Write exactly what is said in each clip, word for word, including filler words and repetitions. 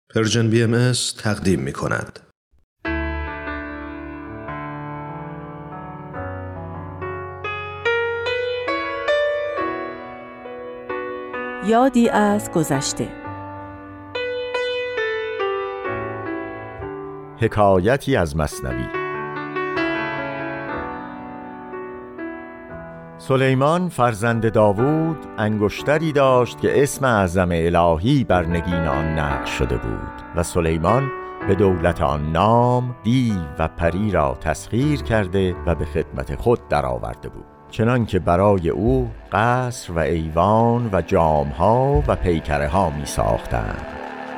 پرژن بی ام اس تقدیم می کند. یادی از گذشته. حکایتی از مثنوی. سلیمان فرزند داوود انگشتری داشت که اسم اعظم الهی بر نگین آن نقش شده بود و سلیمان به دولت آن نام دیو و پری را تسخیر کرده و به خدمت خود درآورده بود، چنان که برای او قصر و ایوان و جامها و پیکره ها می ساختند.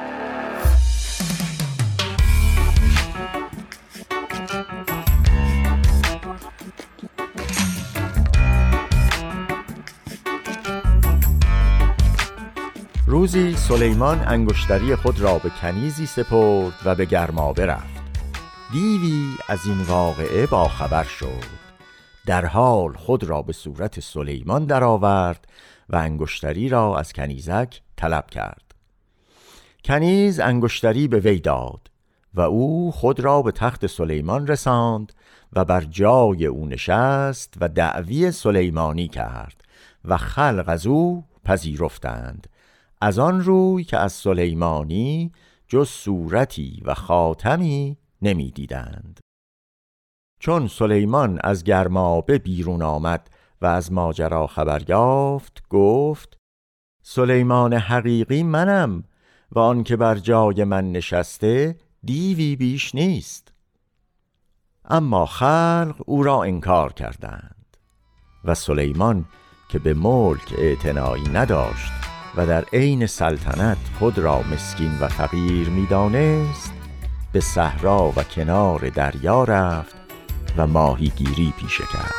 روزی سلیمان انگشتری خود را به کنیزی سپرد و به گرمابه رفت. دیوی از این واقعه باخبر شد، در حال خود را به صورت سلیمان درآورد و انگشتری را از کنیزک طلب کرد. کنیز انگشتری به وی داد و او خود را به تخت سلیمان رساند و بر جای او نشست و دعوی سلیمانی کرد و خلق از او پذیرفتند، از آن روی که از سلیمانی جز صورتی و خاتمی نمی دیدند. چون سلیمان از گرمابه بیرون آمد و از ماجرا خبر یافت، گفت: سلیمان حقیقی منم و آن که بر جای من نشسته دیوی بیش نیست. اما خلق او را انکار کردند و سلیمان که به ملک اعتنایی نداشت و در عین سلطنت خود را مسکین و فقیر می دانست، به صحرا و کنار دریا رفت و ماهیگیری پیشه کرد.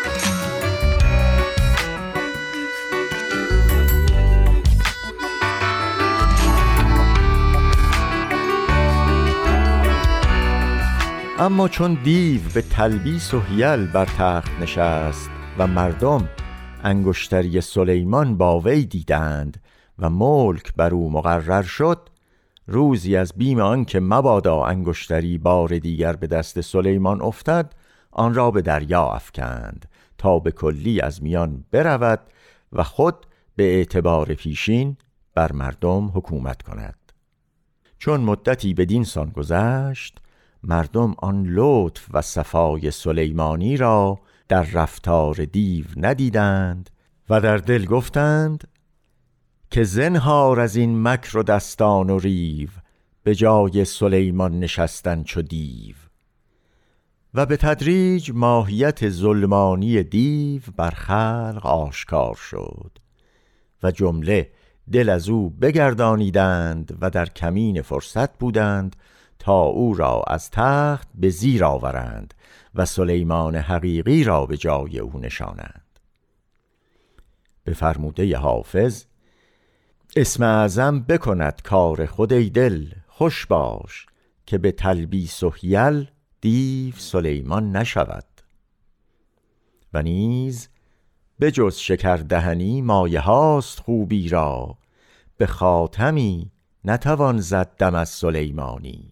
اما چون دیو به تلبیس و حیل بر تخت نشست و مردم انگشتری سلیمان با وی دیدند و ملک بر او مقرر شد، روزی از بیم آن که مبادا انگشتری بار دیگر به دست سلیمان افتد، آن را به دریا افکند تا به کلی از میان برود و خود به اعتبار پیشین بر مردم حکومت کند. چون مدتی بدین سان گذشت، مردم آن لطف و صفای سلیمانی را در رفتار دیو ندیدند و در دل گفتند که زنهار از این مکر و دستان و ریو، به جای سلیمان نشستن چو دیو. و به تدریج ماهیت ظلمانی دیو بر خلق آشکار شد و جمله دل از او بگردانیدند و در کمین فرصت بودند تا او را از تخت به زیر آورند و سلیمان حقیقی را به جای او نشانند. به فرموده حافظ: اسم اعظم بکند کار خود ای دل، خوش باش که به تلبیس و حیل دیو سلیمان نشود. و نیز به جز شکر دهنی مایه هاست خوبی را، به خاتمی نتوان زد دم از سلیمانی.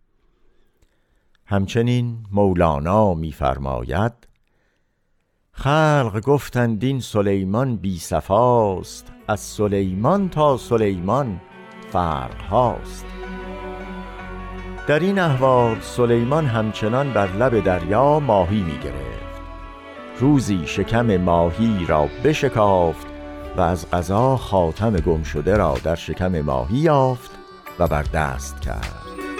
همچنین مولانا می فرماید: خلق گفتند این سلیمان بی صفاست، از سلیمان تا سلیمان فرق هاست. در این احوال سلیمان همچنان بر لب دریا ماهی می گرفت. روزی شکم ماهی را بشکافت و از قضا خاتم گم شده را در شکم ماهی یافت و بر دست کرد.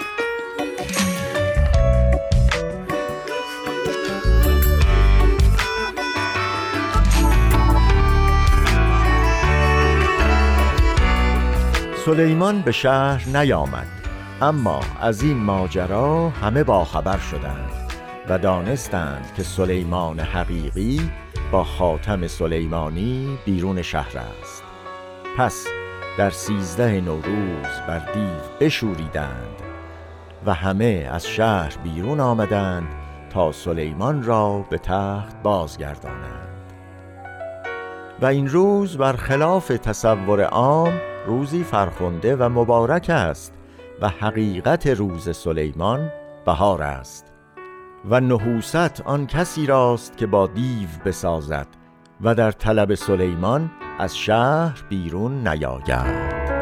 سلیمان به شهر نیامد، اما از این ماجرا همه باخبر شدند و دانستند که سلیمان حقیقی با خاتم سلیمانی بیرون شهر است. پس در سیزده نوروز بر دیو بشوریدند و همه از شهر بیرون آمدند تا سلیمان را به تخت بازگردانند. و این روز برخلاف تصور عام روزی فرخنده و مبارک است و حقیقت روز سلیمان بهار است. و نحوست آن کسی راست که با دیو بسازد و در طلب سلیمان از شهر بیرون نیاید.